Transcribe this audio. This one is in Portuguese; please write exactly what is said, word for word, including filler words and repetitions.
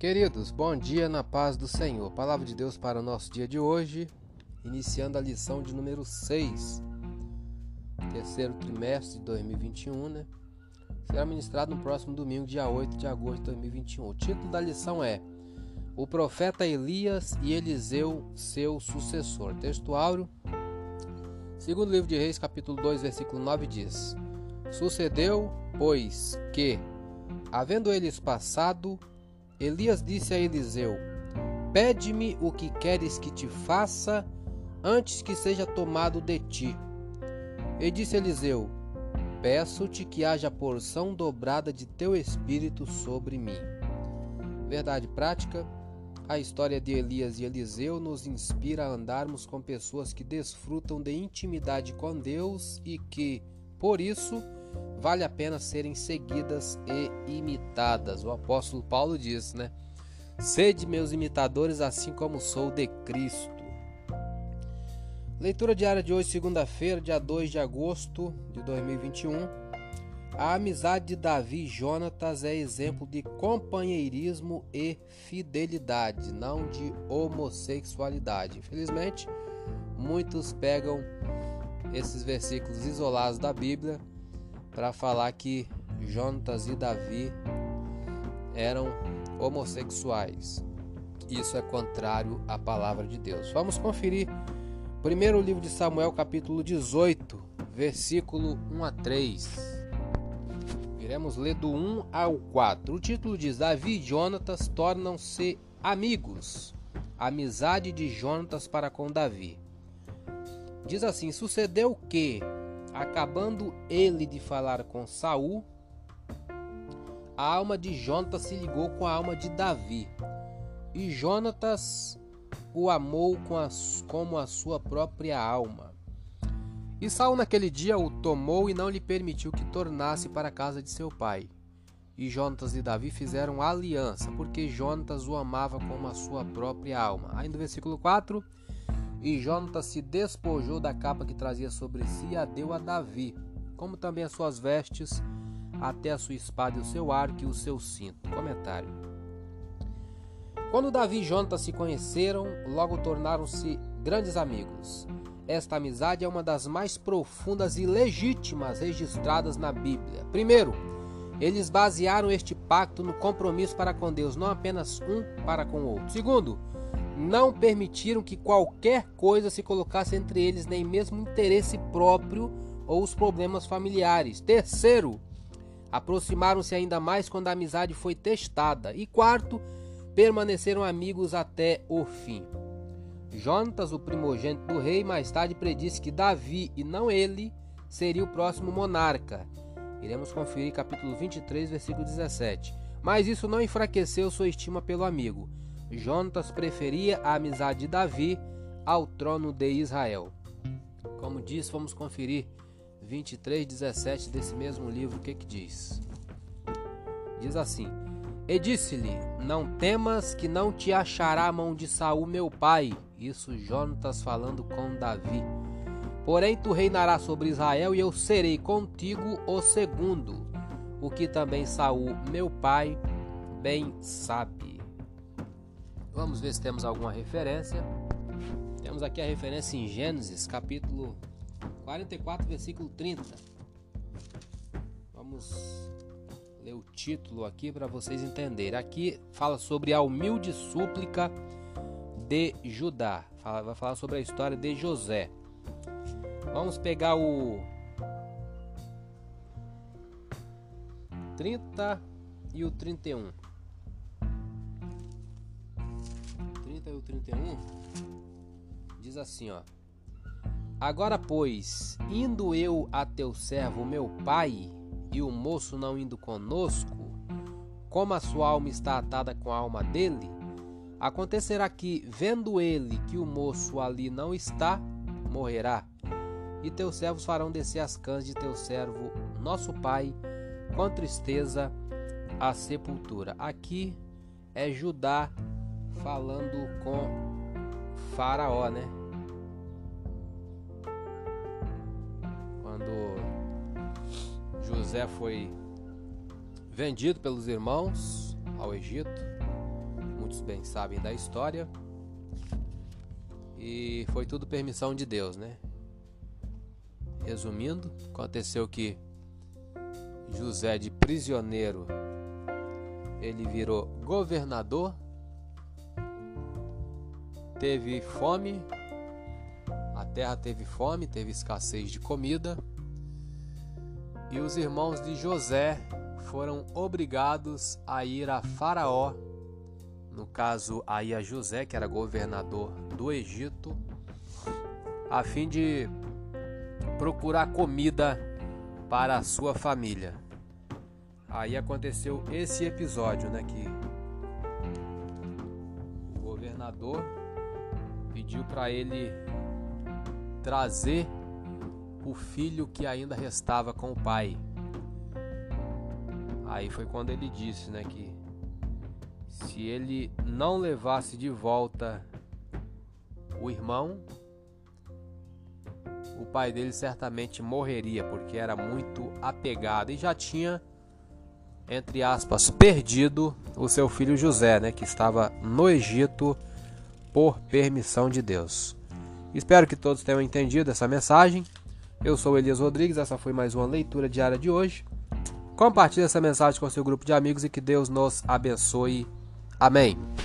Queridos, bom dia na paz do Senhor. Palavra de Deus para o nosso dia de hoje, iniciando a lição de número seis, terceiro trimestre de dois mil e vinte e um, né? Será ministrado no próximo domingo, dia oito de agosto de dois mil e vinte e um. O título da lição é O Profeta Elias e Eliseu, seu sucessor. Texto áureo, segundo livro de Reis, capítulo dois, versículo nove, diz: Sucedeu, pois, que, havendo eles passado, Elias disse a Eliseu: Pede-me o que queres que te faça antes que seja tomado de ti. E disse Eliseu: Peço-te que haja porção dobrada de teu espírito sobre mim. Verdade prática: a história de Elias e Eliseu nos inspira a andarmos com pessoas que desfrutam de intimidade com Deus e que, por isso, vale a pena serem seguidas e imitadas. O apóstolo Paulo diz, né? Sede meus imitadores, assim como sou de Cristo. Leitura diária de hoje, segunda-feira, dia dois de agosto de dois mil e vinte e um. A amizade de Davi e Jonatas é exemplo de companheirismo e fidelidade, não de homossexualidade. Infelizmente, muitos pegam esses versículos isolados da Bíblia para falar que Jonatas e Davi eram homossexuais. Isso é contrário à palavra de Deus. Vamos conferir primeiro livro de Samuel, capítulo dezoito, versículo um a três. Iremos ler do um ao quatro. O título diz: Davi e Jonatas tornam-se amigos. Amizade de Jonatas para com Davi. Diz assim: Sucedeu que, acabando ele de falar com Saul, a alma de Jonatas se ligou com a alma de Davi, e Jonatas o amou com a, como a sua própria alma. E Saul naquele dia o tomou e não lhe permitiu que tornasse para a casa de seu pai. E Jonatas e Davi fizeram aliança, porque Jonatas o amava como a sua própria alma. Ainda no versículo quatro: E Jonatas se despojou da capa que trazia sobre si e a deu a Davi, como também as suas vestes, até a sua espada e o seu arco e o seu cinto. Comentário: Quando Davi e Jonatas se conheceram, logo tornaram-se grandes amigos. Esta amizade é uma das mais profundas e legítimas registradas na Bíblia. Primeiro, eles basearam este pacto no compromisso para com Deus, não apenas um para com o outro. Segundo, não permitiram que qualquer coisa se colocasse entre eles, nem mesmo o interesse próprio ou os problemas familiares. Terceiro, aproximaram-se ainda mais quando a amizade foi testada. E quarto, permaneceram amigos até o fim. Jonatas, o primogênito do rei, mais tarde predisse que Davi, e não ele, seria o próximo monarca. Iremos conferir capítulo vinte e três, versículo dezessete. Mas isso não enfraqueceu sua estima pelo amigo. Jonatas preferia a amizade de Davi ao trono de Israel. Como diz, vamos conferir vinte e três, dezessete desse mesmo livro. O que que diz? Diz assim: E disse-lhe: Não temas, que não te achará a mão de Saul meu pai. Isso Jonatas falando com Davi. Porém tu reinarás sobre Israel, e eu serei contigo o segundo, o que também Saul meu pai bem sabe. Vamos ver se temos alguma referência. Temos aqui a referência em Gênesis, capítulo quarenta e quatro, versículo trinta. Vamos ler o título aqui para vocês entenderem. Aqui fala sobre a humilde súplica de Judá. Fala, vai falar sobre a história de José. Vamos pegar o trinta e o trinta e um. trinta e o trinta e um diz assim, ó: Agora, pois, indo eu a teu servo meu pai, e o moço não indo conosco, como a sua alma está atada com a alma dele, acontecerá que, vendo ele que o moço ali não está, morrerá. E teus servos farão descer as cãs de teu servo, nosso pai, com tristeza, à sepultura. Aqui é Judá falando com Faraó, né? Quando José foi vendido pelos irmãos ao Egito, todos bem sabem da história. E foi tudo permissão de Deus, né? Resumindo, aconteceu que José, de prisioneiro, ele virou governador, teve fome, a terra teve fome, teve escassez de comida, e os irmãos de José foram obrigados a ir a Faraó, no caso aí a José, que era governador do Egito, a fim de procurar comida para a sua família. Aí aconteceu esse episódio, né, que o governador pediu para ele trazer o filho que ainda restava com o pai. Aí foi quando ele disse, né, que se ele não levasse de volta o irmão, o pai dele certamente morreria, porque era muito apegado e já tinha, entre aspas, perdido o seu filho José, né, que estava no Egito por permissão de Deus. Espero que todos tenham entendido essa mensagem. Eu sou Elias Rodrigues, essa foi mais uma leitura diária de hoje. Compartilhe essa mensagem com seu grupo de amigos e que Deus nos abençoe. Amém.